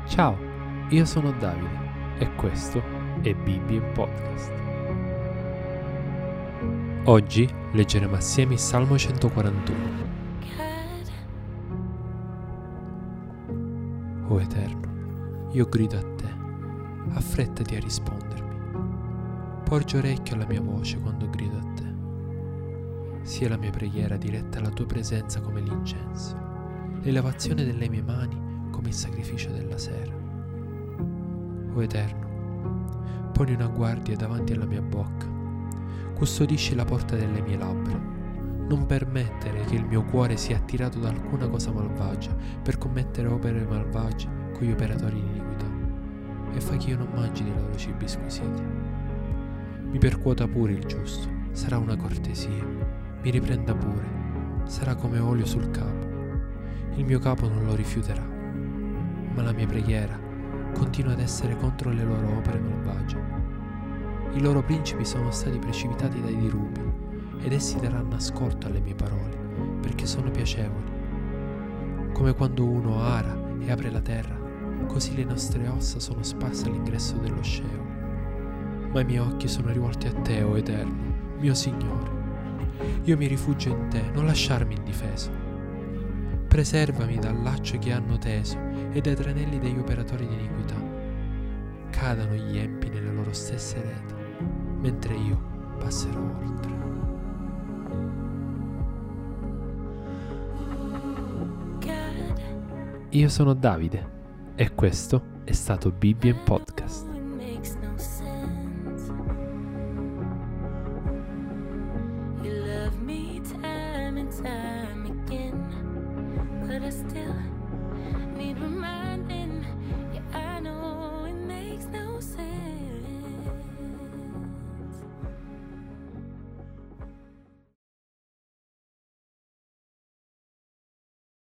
Ciao, io sono Davide e questo è Bibbia in Podcast. Oggi leggeremo assieme il Salmo 141. O Eterno, io grido a te, affrettati a rispondermi. Porgi orecchio alla mia voce quando grido a te. Sia la mia preghiera diretta alla tua presenza come l'incenso, l'elevazione delle mie mani come il sacrificio della sera. O Eterno, poni una guardia davanti alla mia bocca, custodisci la porta delle mie labbra. Non permettere che il mio cuore sia attirato da alcuna cosa malvagia per commettere opere malvagie con gli operatori di iniquità, e fa che io non mangi dei loro cibi squisiti. Mi percuota pure il giusto, sarà una cortesia. Mi riprenda pure, sarà come olio sul capo. Il mio capo non lo rifiuterà, ma la mia preghiera continua ad essere contro le loro opere malvagie. I loro principi sono stati precipitati dai dirupi, ed essi daranno ascolto alle mie parole, perché sono piacevoli. Come quando uno ara e apre la terra, così le nostre ossa sono sparse all'ingresso dello Sceolo. Ma i miei occhi sono rivolti a te, o Eterno, mio Signore. Io mi rifugio in te, non lasciarmi indifeso. Preservami dal laccio che hanno teso e dai tranelli degli operatori di iniquità. Cadano gli empi nelle loro stesse reti, mentre io passerò oltre. Io sono Davide e questo è stato Bibbia in Podcast.